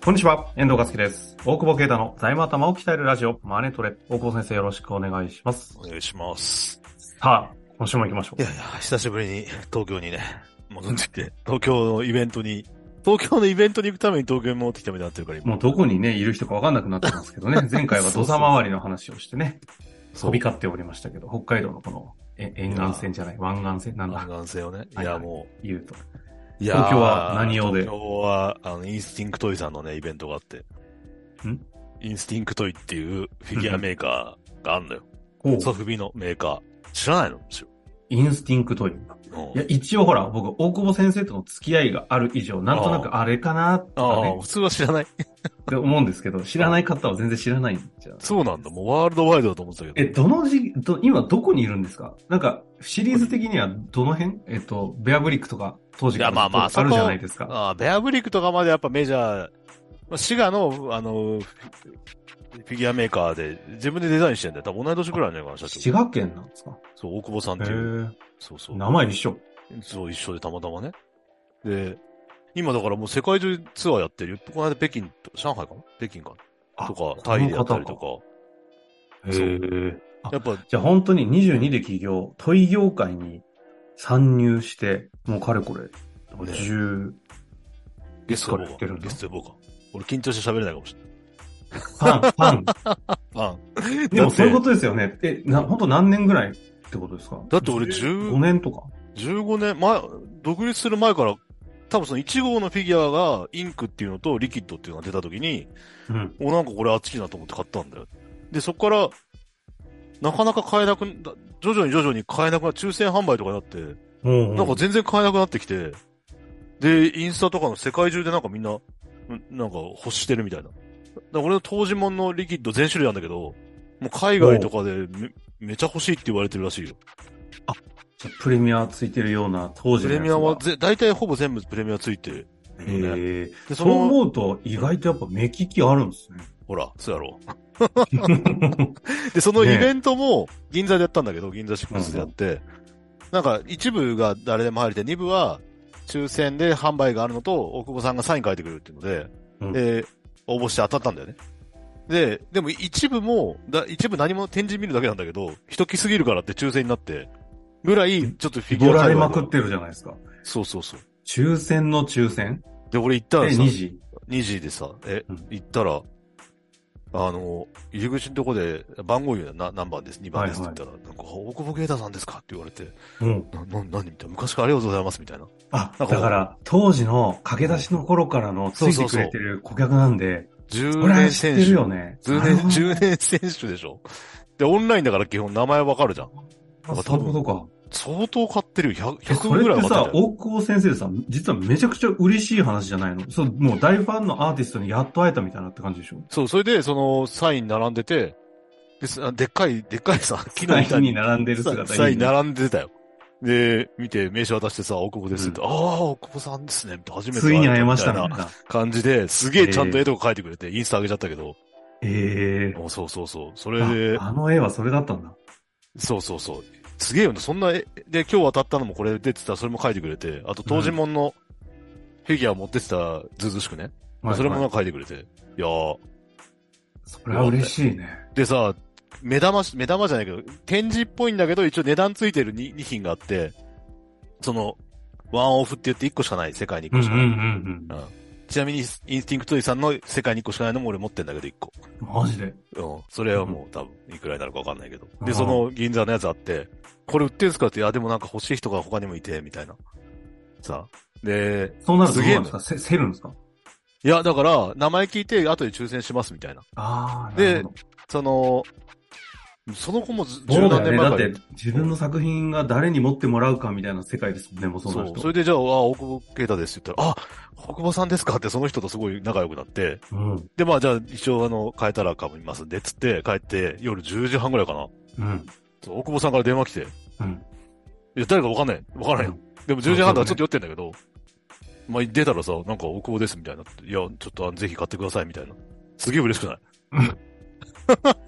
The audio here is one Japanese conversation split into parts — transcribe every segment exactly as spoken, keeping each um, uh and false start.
こんにちは、遠藤和樹です。大久保啓太の財務頭を鍛えるラジオ、マネトレ。大久保先生よろしくお願いします。 お願いします。 さあ、今週も行きましょう。 いやいや、久しぶりに東京にね、戻ってきて、東京のイベントに、東京のイベントに行くために東京に戻ってきたみたいになってるから今。 もうどこにね、いる人か分かんなくなってますけどね。前回は土佐回りの話をしてね、飛び交っておりましたけど、北海道のこの、え、沿岸線じゃない、湾岸線なんだ。 湾岸線をね。いや、もう。 言うと。 いや東京は何用で？ 東京は、あの、インスティンクトイさんのね、イベントがあって。 んインスティンクトイっていうフィギュアメーカーがあるのよ。 うん、 ソフビのメーカー。知らないの？ インスティンクトイ。いや、一応ほら、僕、大久保先生との付き合いがある以上、なんとなくあれかなとかね。 ああ、普通は知らないって思うんですけど、知らない方は全然知らないんじゃない？ そうなんだ。もうワールドワイドだと思ってたけど。 え、どのじ、ど、今どこにいるんですか？なんか、シリーズ的にはどの辺？えっと、ベアブリックとか、当時からまあまあ、 あるじゃないですか。 ああ、ベアブリックとかまでやっぱメジャー、滋賀の、あの、フィギュアメーカーで自分でデザインしてんだよ。多分同い年くらいじゃないかな、社長。 滋賀県なんですか？ そう、大久保さんっていう。そうそう。 名前一緒。 そう、一緒でたまたまね。で、今だからもう世界中ツアーやってるよ。この間北京と、上海かな北京かなとか、タイでやったりとか。 へえ。 やっぱ、 じゃあ本当ににじゅうにで起業、トイ業界に参入して、もうかれこれ、じゅう、 ゲストで僕か。ゲストで僕か。俺緊張して喋れないかもしれない。 ファン、ファン。 ファン。でもそういうことですよね。え、な、本当何年ぐらいってことですか？ だって俺じゅうごねんとか。 じゅうごねん、前、独立する前から、多分そのいち号のフィギュアがインクっていうのとリキッドっていうのが出た時に、うん。お、なんかこれ熱いなと思って買ったんだよ。で、そこから、なかなか買えなく、徐々に徐々に買えなくな、抽選販売とかになって、うんうん、なんか全然買えなくなってきて、で、インスタとかの世界中でなんかみんな、なんか欲してるみたいな。だから俺の当時もんのリキッド全種類なんだけど、もう海外とかで め, めちゃ欲しいって言われてるらしいよ。 あ、プレミアついてるような当時のやつが。プレミアはぜ、大体ほぼ全部プレミアついてる、 ね。へえ。そう思うと意外とやっぱ目利きあるんですね。 ほら、そうやろう。で、そのイベントも銀座でやったんだけど、銀座シックスでやって、うんうん、なんか一部が誰でも入れて、二部は抽選で販売があるのと、大久保さんがサイン書いてくれるっていうので、うん、で、応募して当たったんだよね。で、でも一部も、だ一部何も展示見るだけなんだけど、人来すぎるからって抽選になって、ぐらい、ちょっとフィギュア。 絞られまくってるじゃないですか。 そうそうそう。 抽選の抽選で、俺行ったらさ、 にじにじでさ、え、うん、行ったら、あの、入り口のとこで番号言うよな、何番です、にばんですって言ったら、はいはい、なんか、大久保啓太さんですかって言われて、うん。な、な、何みたいな。昔からありがとうございますみたいな。 あ、だから、当時の駆け出しの頃からのついてくれてる顧客なんで、 じゅうねん選手。 るよね。 じゅうねん、じゅうねん選手でしょ。で、オンラインだから基本名前わかるじゃん。 あ、そういうことか。 相当買ってるよ。ひゃく、ひゃくぐらい買ってる。 それってさ、大久保先生さ、実はめちゃくちゃ嬉しい話じゃないの？そう、もう大ファンのアーティストにやっと会えたみたいなって感じでしょ？ そう、それで、その、サイン並んでて、で、でっかい、でっかいさ、 木の板に並んでる姿に。 サイン並んでたよ。で、見て、名刺渡してさ、大久保ですって、うん、ああ、大久保さんですね、って初めてついに会えましたね。 感じで、すげえちゃんと絵とか描いてくれて、インスタ上げちゃったけど。 ええー。そうそうそう。それであ。あの絵はそれだったんだ。 そうそうそう。すげえよね。そんな絵、で、今日当たったのもこれ出てたらそれも描いてくれて、あと当時もんのフィギュア持ってってたずうずしくね。うん、それもなんか描いてくれて。はいはい、いやー。 それは嬉しいね。 でさ、目玉、目玉じゃないけど、展示っぽいんだけど、一応値段ついてる 2, に品があって、その、ワンオフって言っていっこしかない、世界にいっこしかない。うんうんうんうんうん、ちなみに、インスティンクトイさんの世界にいっこしかないのも俺持ってんだけど、いっこ。 マジで？ うん。それはもう多分、いくらになるかわかんないけど。で、その銀座のやつあって、これ売ってんすかって、いや、でもなんか欲しい人が他にもいて、みたいな。さあ。で、 そうなるとどうなんですか？せ、せるんですか？ いや、だから、名前聞いて、後で抽選します、みたいな。 ああ、 で、その、その子もじゅうなんねんまえから。だって、自分の作品が誰に持ってもらうかみたいな世界ですもんね、もうその人。 そう。それでじゃあ、あ、大久保啓太ですって言ったら、あ、大久保さんですかってその人とすごい仲良くなって。うん。で、まあじゃあ、一応あの、変えたらかもいますんで、つって帰って、夜じゅうじはんぐらいかな。うん。そう、大久保さんから電話来て。うん。いや、誰かわかんない。わからないよ。うん、でもじゅうじはんだからちょっと酔ってんだけど、ね、まあ出たらさ、なんか大久保ですみたいな。いや、ちょっとぜひ買ってくださいみたいな。すげえ嬉しくない？うん。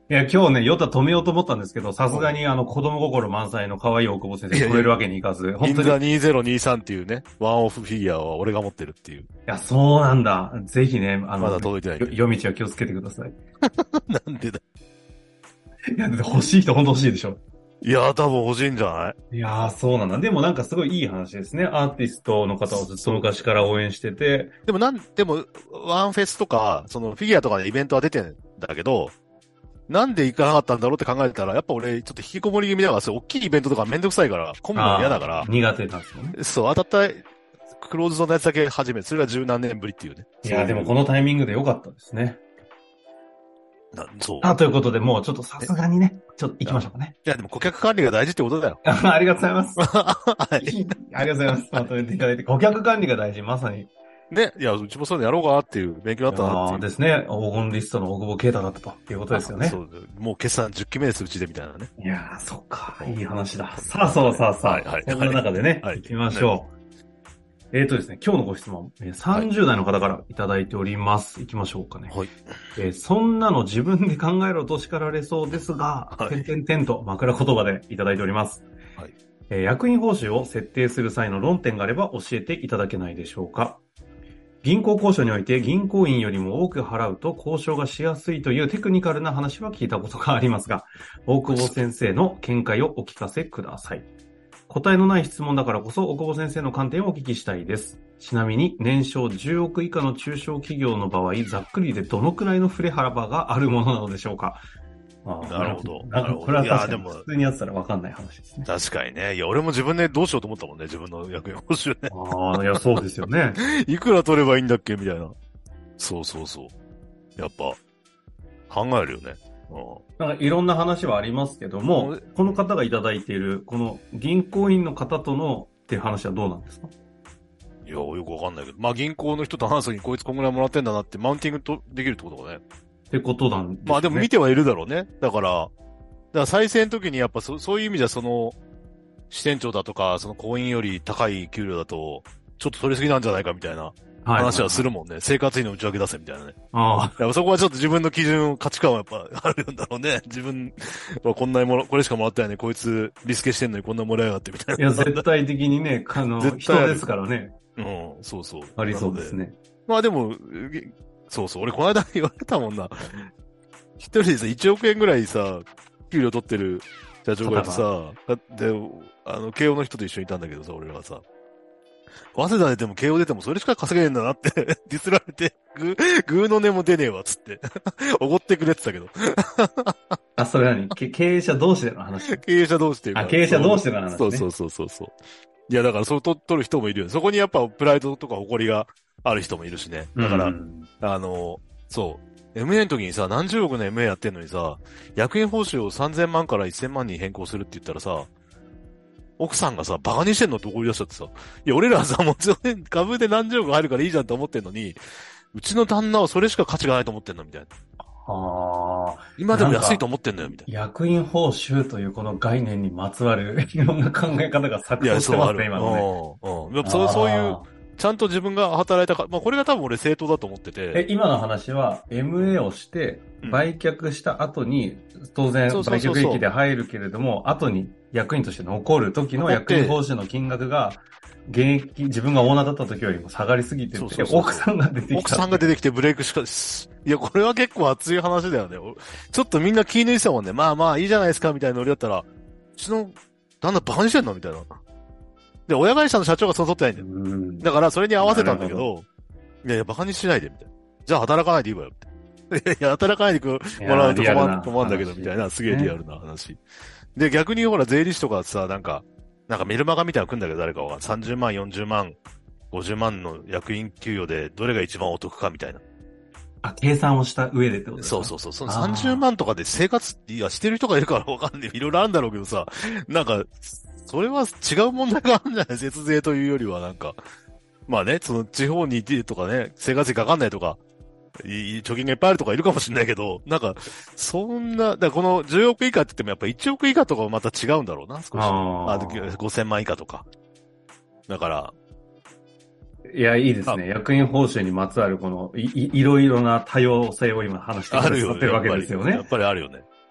いや、今日ね、ヨタ止めようと思ったんですけど、さすがにあの子供心満載の可愛い大久保先生止めるわけにいかず、 本当に。銀座にせんにじゅうさんっていうね、ワンオフフィギュアは俺が持ってるっていう。いや、そうなんだ。ぜひね、あの、 まだ届いてない。 夜道は気をつけてください。 なんでだ。 いや、欲しい人本当欲しいでしょ。 いや、多分欲しいんじゃない？ いやー、そうなんだ。でもなんかすごいいい話ですね。アーティストの方をずっと昔から応援してて。 でもなん、でも、ワンフェスとか、そのフィギュアとかのイベントは出てんだけど、なんで行かなかったんだろうって考えたら、やっぱ俺、ちょっと引きこもり気味だから、そう、大きいイベントとかめんどくさいから、混むの嫌だから。 苦手なんですよね。 そう、当たったクローズドのやつだけ始める。それが十何年ぶりっていうね。 いや、でもこのタイミングで良かったですね。 なそう。 あ、ということで、もうちょっとさすがにね、ちょっと行きましょうかね。 いや、でも顧客管理が大事ってことだよ。 ありがとうございます。 はい。 ありがとうございます。まとめていただいて。顧客管理が大事、まさに。 ね。いや、うちもそういうのやろうかなっていう勉強だったなっていう。 ですね。黄金リストの大久保啓太だったということですよね。 そう。もう決算じゅっきめです、うちでみたいなね。 いやー、そっか。いい話だ。さあ、そうさあさあ。はいはい。そんな中でね、はい、行きましょう。えーとですね、今日のご質問、さんじゅう代の方からいただいております。行きましょうかね。はい。えー、そんなの自分で考えろと叱られそうですが、はい、てんてんてんと枕言葉でいただいております。はい。えー、役員報酬を設定する際の論点があれば教えていただけないでしょうか。銀行交渉において銀行員よりも多く払うと交渉がしやすいというテクニカルな話は聞いたことがありますが、大久保先生の見解をお聞かせください。答えのない質問だからこそ、大久保先生の観点をお聞きしたいです。ちなみに、年商じゅうおく以下の中小企業の場合、ざっくりでどのくらいの振れ幅があるものなのでしょうか。 ああ、なるほど。 なんかこれは確かに普通にやってたら分かんない話ですね。 確かにね。いや、俺も自分でどうしようと思ったもんね、自分の役員報酬ね。 ああ、いや、そうですよね。 いくら取ればいいんだっけみたいな。そうそうそう。やっぱ、考えるよね。 なんかいろんな話はありますけども、この方がいただいている、この銀行員の方とのっていう話はどうなんですか？ いや、よくわかんないけど。まあ銀行の人と話すときにこいつこんぐらいもらってんだなってマウンティングとできるってことかね。 ってことなんですね。 まあでも見てはいるだろうね。だから、だから再生の時にやっぱそそういう意味じゃその、支店長だとか、その行員より高い給料だと、ちょっと取りすぎなんじゃないかみたいな。話はするもんね。はいはいはい、生活費の内訳出せみたいなね。ああ。やっぱそこはちょっと自分の基準、価値観はやっぱあるんだろうね。自分はこんなもの、これしかもらったよね。こいつリスケしてんのにこんなもらいやがってみたいな。 いや、絶対的にね、あの、人ですからね。 うん、そうそう。 ありそうですね。 まあでも、そうそう。俺この間言われたもんな。一人でさ、いちおくえんぐらいさ、給料取ってる社長がいてさ、で、あの、慶応の人と一緒にいたんだけどさ、俺らはさ。早稲田出ても慶応出てもそれしか稼げねえんだなってディスられて、ぐ、ぐーの音も出ねえわ、つって。おごってくれってたけど。 あ、それ何経営者同士での話？ 経営者同士っていうか。 あ、経営者同士での話ね。 そうそうそうそうそう。いや、だからそう取る人もいるよね。そこにやっぱプライドとか誇りがある人もいるしね。だから、うん、あの、そう。エムエー の時にさ、何十億の エムエー やってんのにさ、役員報酬をさんぜんまんからせんまんに変更するって言ったらさ、奥さんがさ、バカにしてんのって怒り出しちゃってさ。いや、俺らはさ、もちろん株で何十億入るからいいじゃんと思ってんのに、うちの旦那はそれしか価値がないと思ってんのみたいな。ああ。今でも安いと思ってんのよ、みたいな。 役員報酬というこの概念にまつわるいろんな考え方が錯綜してますね、今のね。 うん。うん。そう、そういう、ちゃんと自分が働いたか、まあこれが多分俺正当だと思ってて。 え、今の話は エムエー をして売却した後に、うん、当然売却益で入るけれども、後に役員として残る時の役員報酬の金額が、現役、自分がオーナーだった時よりも下がりすぎてて、そうそうそうそう、奥さんが出てきた。 奥さんが出てきてブレイクしか、いや、これは結構熱い話だよね。ちょっとみんな気抜いてたもんね。まあまあいいじゃないですか、みたいなノリだったら、うちの旦那バカにしてんのみたいな。で、親会社の社長が誘ってないんだよ。うん、だからそれに合わせたんだけど、いやいや、バカにしないで、みたいな。じゃあ働かないでいいわよ、って。いやいや、働かないでもらうと困る、困るんだけど、みたいな、すげえリアルな話。で、逆にほら、税理士とかさ、なんか、なんかメルマガみたいなの来んだけど、誰かはさんじゅうまん、よんじゅうまん、ごじゅうまんの役員給与で、どれが一番お得かみたいな。 あ、計算をした上でってことですか？ そうそうそう。そのさんじゅうまんとかで生活、いや、してる人がいるからわかんない。いろいろあるんだろうけどさ、なんか、それは違う問題があるんじゃない？節税というよりはなんか。まあね、その地方にいてとかね、生活費かかんないとか、いい貯金がいっぱいあるとかいるかもしれないけど、なんか、そんな、だからこのじゅうおく以下って言ってもやっぱいちおく以下とかはまた違うんだろうな、少し。ああ、ごせんまん以下とか。だから。 いや、いいですね。役員報酬にまつわるこのい、い、いろいろな多様性を今話してくださってるわけですよね。 やっぱりあるよね。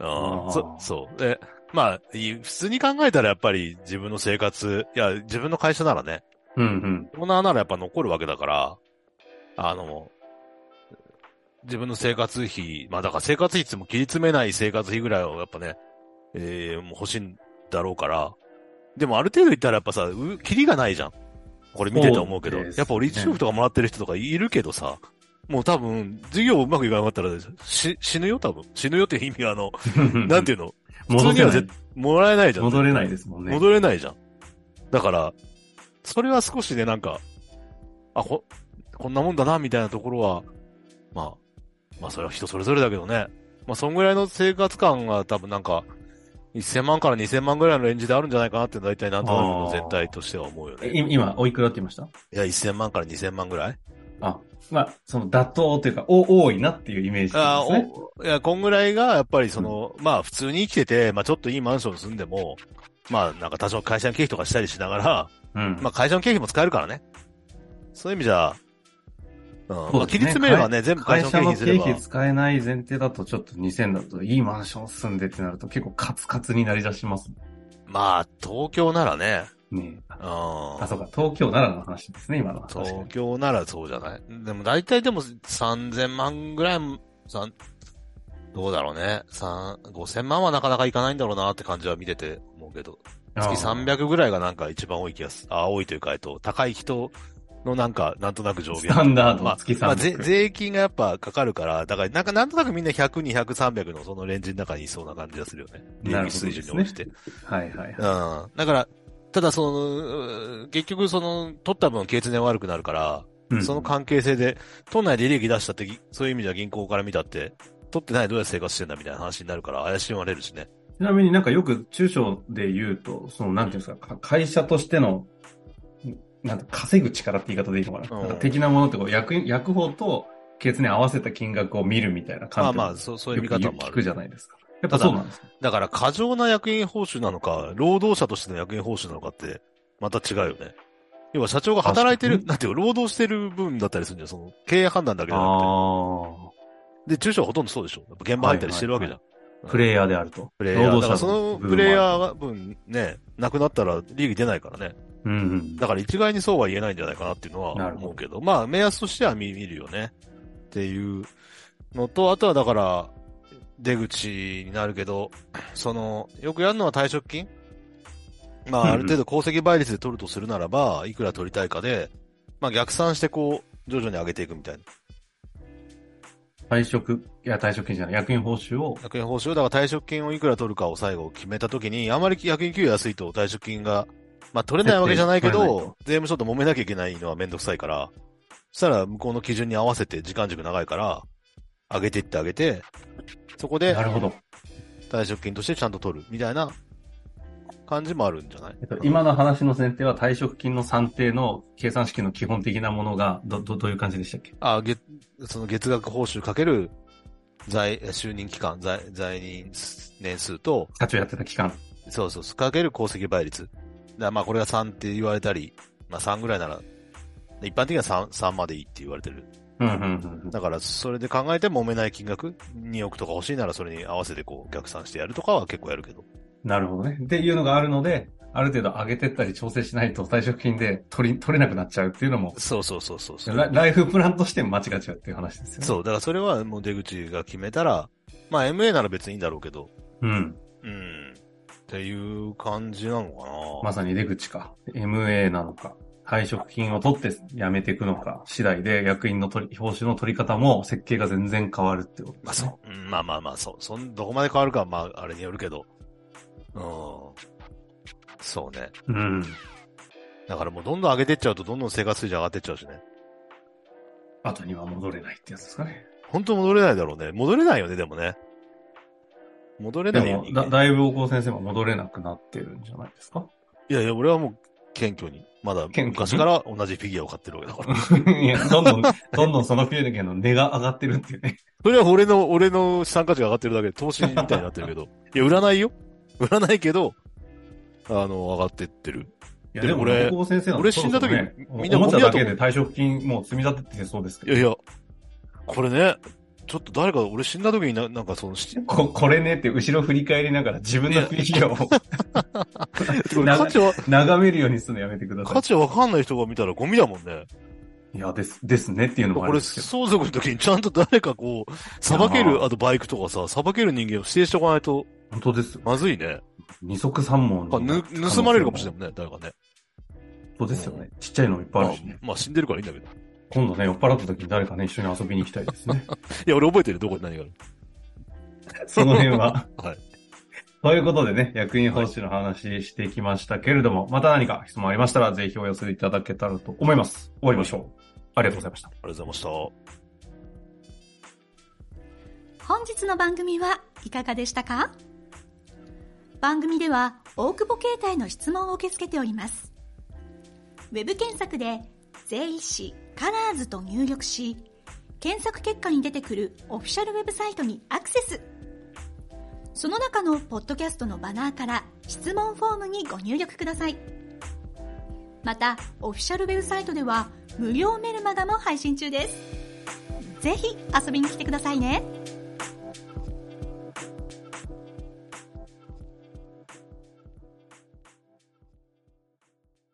あそ、そう。で、まあ、普通に考えたらやっぱり自分の生活、いや、自分の会社ならね、 うんうん。 オーナーならやっぱ残るわけだから、あの、自分の生活費、まあだから生活費っても切り詰めない生活費ぐらいをやっぱね、えー、もう欲しいんだろうから、でもある程度言ったらやっぱさ、う、キリがないじゃん。これ見てて思うけど。ね、やっぱ俺一億とかもらってる人とかいるけどさ、もう多分、授業うまくいかなかったら、し、死ぬよ多分。死ぬよっていう意味はあの、なんていうの普通には絶もらえないじゃん。 戻れないですもんね。 戻れないじゃん。だから、それは少しね、なんか、あ、こ、こんなもんだな、みたいなところは、まあ、まあそれは人それぞれだけどね。まあそんぐらいの生活感が多分なんか、せんまんからにせんまんぐらいのレンジであるんじゃないかなって大体なんとなくの全体としては思うよね。 今、おいくらって言いました？ いや、せんまんからにせんまんぐらい。 あ、まあ、その妥当というか、お、多いなっていうイメージですね。あお、いや、こんぐらいが、やっぱりその、うん、まあ普通に生きてて、まあちょっといいマンションに住んでも、まあなんか多少会社の経費とかしたりしながら、うん、まあ会社の経費も使えるからね。そういう意味じゃ、うん。ね、まあ、切り詰めればね、全部会社の経費すれば。 会社の経費使えない前提だとちょっとにせんだといいマンション住んでってなると結構カツカツになりだします。 まあ、東京ならね。 ねえ。ああ、そうか、東京ならの話ですね、今の話。 東京ならそうじゃない。でも大体でもさんぜんまんぐらい、三どうだろうね。三、ごせんまんはなかなかいかないんだろうなって感じは見てて思うけど。月さんびゃくぐらいがなんか一番多い気がする。あ、多いというか、えっと、高い人、のなんか、なんとなく上限。 スタンダード、月さんびゃく。 まあ、まあ、税金がやっぱかかるから、だからなんかなんとなくみんなひゃく、にひゃく、さんびゃくのそのレンジの中にいそうな感じがするよね。利益水準に応じて。 はいはいはい。 うん。だから、ただその、結局その、取った分経営悪くなるから、うん、その関係性で、都内で利益出したって、そういう意味では銀行から見たって、取ってないどうやって生活してんだみたいな話になるから怪しまれるしね。 ちなみになんかよく中小で言うと、そのなんていうんですか、会社としての、なんか稼ぐ力って言い方でいいのかな、うん、なんか的なものってこう、役、役法と経営に合わせた金額を見るみたいな感じ。 まあまあ、そう、そういう見方もある。 聞くじゃないですか。やっぱそうなんですか？ だから過剰な役員報酬なのか、労働者としての役員報酬なのかって、また違うよね。要は社長が働いてる、なんていう労働してる分だったりするんじゃん、その経営判断だけじゃなくて。で、中小はほとんどそうでしょ。やっぱ現場入ったりしてるわけじゃん。はいはいはい、 プレイヤーであると。 プレイヤー。だからそのプレイヤー分ね、なくなったら利益出ないからね。 うんうん、 だから一概にそうは言えないんじゃないかなっていうのは思うけど、どまあ目安としては見るよね。っていうのと、あとはだから出口になるけど、その、よくやるのは退職金まあある程度功績倍率で取るとするならば、いくら取りたいかで、まあ逆算してこう、徐々に上げていくみたいな。 退職、いや退職金じゃない、役員報酬を。 役員報酬、だから退職金をいくら取るかを最後決めたときに、あまり役員給与安いと退職金がまあ取れないわけじゃないけど、税務署と揉めなきゃいけないのはめんどくさいから、そしたら向こうの基準に合わせて時間軸長いから、上げていってあげて、そこで、 なるほど。 退職金としてちゃんと取る、みたいな感じもあるんじゃない？ えっと、今の話の前提は退職金の算定の計算式の基本的なものが、ど、ど、どういう感じでしたっけ？ あ、月、その月額報酬かける、在、就任期間、在、在任年数と、 社長やってた期間。 そうそう、かける功績倍率。だまあこれがさんって言われたり、まあさんぐらいなら、一般的にはさん、さんまでいいって言われてる。 うんうんうん、 だからそれで考えて揉めない金額、におくとか欲しいならそれに合わせてこう逆算してやるとかは結構やるけど。 なるほどね。っていうのがあるので、ある程度上げてったり調整しないと退職金で取り、取れなくなっちゃうっていうのも。 そうそうそうそうそうラ。ライフプランとして間違っちゃうっていう話ですよね。 そう。だからそれはもう出口が決めたら、まあ エムエー なら別にいいんだろうけど。 うん。 うん。っていう感じなのかな。 まさに出口か。エムエー なのか。退職金を取って辞めていくのか次第で役員の取り、報酬の取り方も設計が全然変わるってことですね。 まあそう。まあまあまあ、そう。そん、どこまで変わるかはまああれによるけど。うん。そうね。 うん。 だからもうどんどん上げてっちゃうとどんどん生活水準上がってっちゃうしね。 後には戻れないってやつですかね。 本当戻れないだろうね。戻れないよね、でもね。戻れないよね。でも、だ、だいぶ大久保先生も戻れなくなってるんじゃないですか？ いやいや、俺はもう謙虚に。まだ昔から同じフィギュアを買ってるわけだから。 いや、どんどん、どんどんそのフィギュアの値が上がってるっていうね。 それは俺の、俺の資産価値が上がってるだけで投資みたいになってるけど。いや、売らないよ。売らないけど、あの、上がってってる。 いや、でも俺、俺先生俺死んだ時に、 みんなゴミだけで退職金もう積み立ててそうですけど。 いやいや、これね、 ちょっと誰か、俺死んだ時にな、なんかその、 こ、これねって後ろ振り返りながら自分のフィギュアを価値は眺めるようにするのやめてください。 価値わかんない人が見たらゴミだもんね。 いや、です、ですねっていうのもあるんですけど。 これ、相続の時にちゃんと誰かこう、さばける、あとバイクとかさ、さばける人間を指定しておかないと。 本当です。 まずいね。 二足三門ぬ、盗まれるかもしれないもんね、誰かね。 そうですよね。ちっちゃいのいっぱいあるしね。 まあ、まあ、死んでるからいいんだけど。 今度ね、酔っ払った時に誰かね、一緒に遊びに行きたいですね。 いや、俺覚えてる、どこに何がある。 その辺は。 はい。 ということでね、役員報酬の話してきましたけれども、はい、また何か質問ありましたら、ぜひお寄せいただけたらと思います。終わりましょう。ありがとうございました。ありがとうございました。 本日の番組はいかがでしたか？番組では大久保携帯の質問を受け付けております。ウェブ検索で税理士カラーズと入力し、検索結果に出てくるオフィシャルウェブサイトにアクセス。その中のポッドキャストのバナーから質問フォームにご入力ください。またオフィシャルウェブサイトでは無料メルマガも配信中です。ぜひ遊びに来てくださいね。